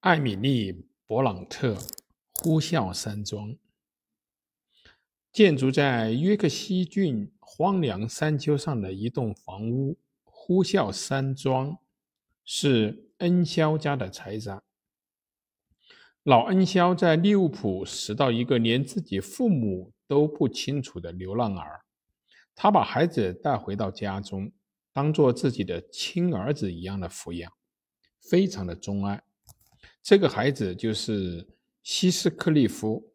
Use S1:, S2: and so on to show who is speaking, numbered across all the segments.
S1: 艾米丽·勃朗特呼啸山庄建筑在约克西郡荒凉山丘上的一栋房屋呼啸山庄是恩肖家的财产。老恩肖在利物浦拾到一个连自己父母都不清楚的流浪儿，他把孩子带回到家中，当作自己的亲儿子一样的抚养，非常的钟爱。这个孩子就是希斯克利夫。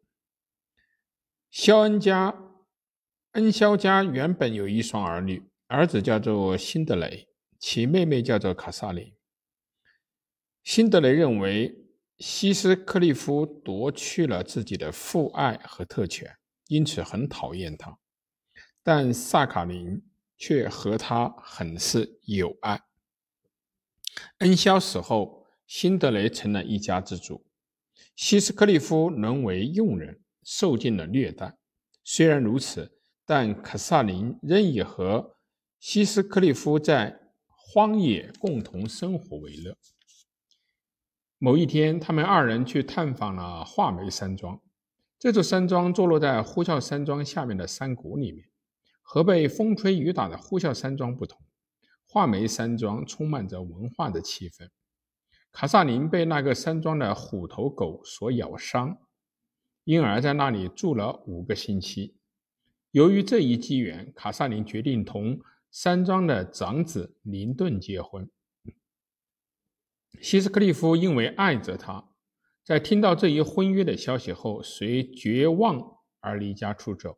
S1: 恩肖家原本有一双儿女，儿子叫做辛德雷，其妹妹叫做卡萨琳。辛德雷认为希斯克利夫夺去了自己的父爱和特权，因此很讨厌他，但萨卡琳却和他很是友爱。恩肖死后，辛德雷成了一家之主，希斯克利夫沦为佣人，受尽了虐待。虽然如此，但卡萨琳仍以和希斯克利夫在荒野共同生活为乐。某一天，他们二人去探访了画眉山庄。这座山庄坐落在呼啸山庄下面的山谷里面。和被风吹雨打的呼啸山庄不同，画眉山庄充满着文化的气氛。卡萨琳被那个山庄的虎头狗所咬伤，因而在那里住了5个星期。由于这一机缘，卡萨琳决定同山庄的长子林顿结婚。希斯克利夫因为爱着他，在听到这一婚约的消息后，随绝望而离家出走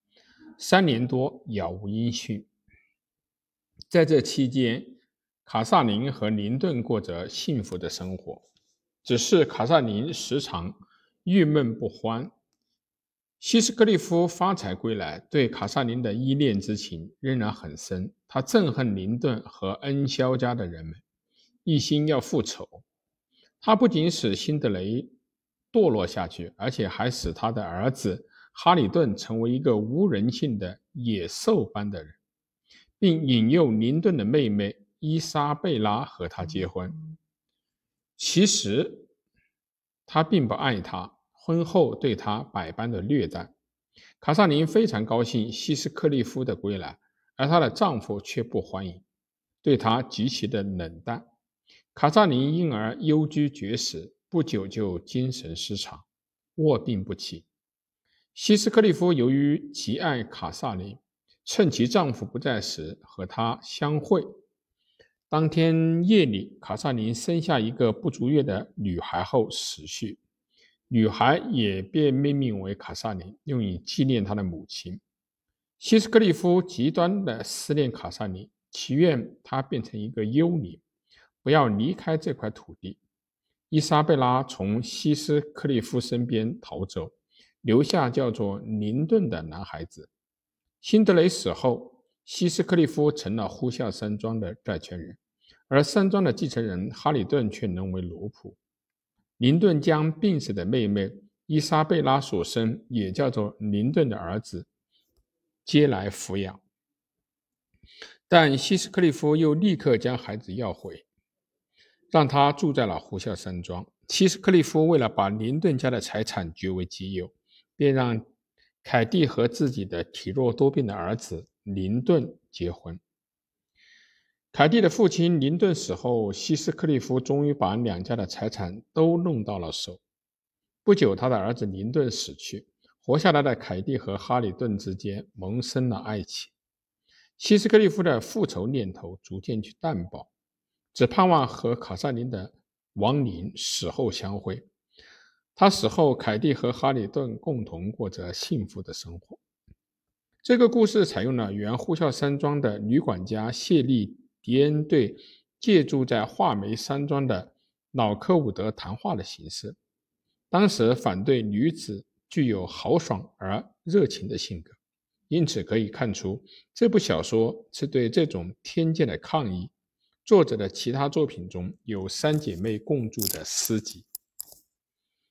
S1: ，3年多杳无音讯。在这期间，卡萨琳和林顿过着幸福的生活，只是卡萨琳时常郁闷不欢。希斯克利夫发财归来，对卡萨琳的依恋之情仍然很深，他憎恨林顿和恩肖家的人们，一心要复仇。他不仅使辛德雷堕落下去，而且还使他的儿子哈里顿成为一个无人性的野兽般的人，并引诱林顿的妹妹伊莎贝拉和他结婚。其实他并不爱她，婚后对她百般的虐待。卡萨琳非常高兴希斯克利夫的归来，而她的丈夫却不欢迎，对她极其的冷淡。卡萨琳因而忧居绝食，不久就精神失常，卧病不起。希斯克利夫由于极爱卡萨琳，趁其丈夫不在时和她相会。当天夜里，卡萨琳生下一个不足月的女孩后死去，女孩也被命名为卡萨琳，用以纪念她的母亲。希斯克利夫极端地思念卡萨琳，祈愿她变成一个幽灵，不要离开这块土地。伊莎贝拉从希斯克利夫身边逃走，留下叫做林顿的男孩子。辛德雷死后，希斯克利夫成了呼啸山庄的债权人，而山庄的继承人哈里顿却沦为奴仆。林顿将病死的妹妹伊莎贝拉所生，也叫做林顿的儿子接来抚养，但希斯克利夫又立刻将孩子要回，让他住在了呼啸山庄。希斯克利夫为了把林顿家的财产据为己有，便让凯蒂和自己的体弱多病的儿子林顿结婚。凯蒂的父亲林顿死后，希斯克利夫终于把两家的财产都弄到了手。不久，他的儿子林顿死去，活下来的凯蒂和哈里顿之间萌生了爱情。希斯克利夫的复仇念头逐渐去淡薄，只盼望和卡萨琳的亡灵死后相会。他死后，凯蒂和哈里顿共同过着幸福的生活。这个故事采用了原呼啸山庄的女管家谢利迪恩对借住在画眉山庄的老科伍德谈话的形式。当时反对女子具有豪爽而热情的性格，因此可以看出这部小说是对这种偏见的抗议。作者的其他作品中有3姐妹共著的诗集。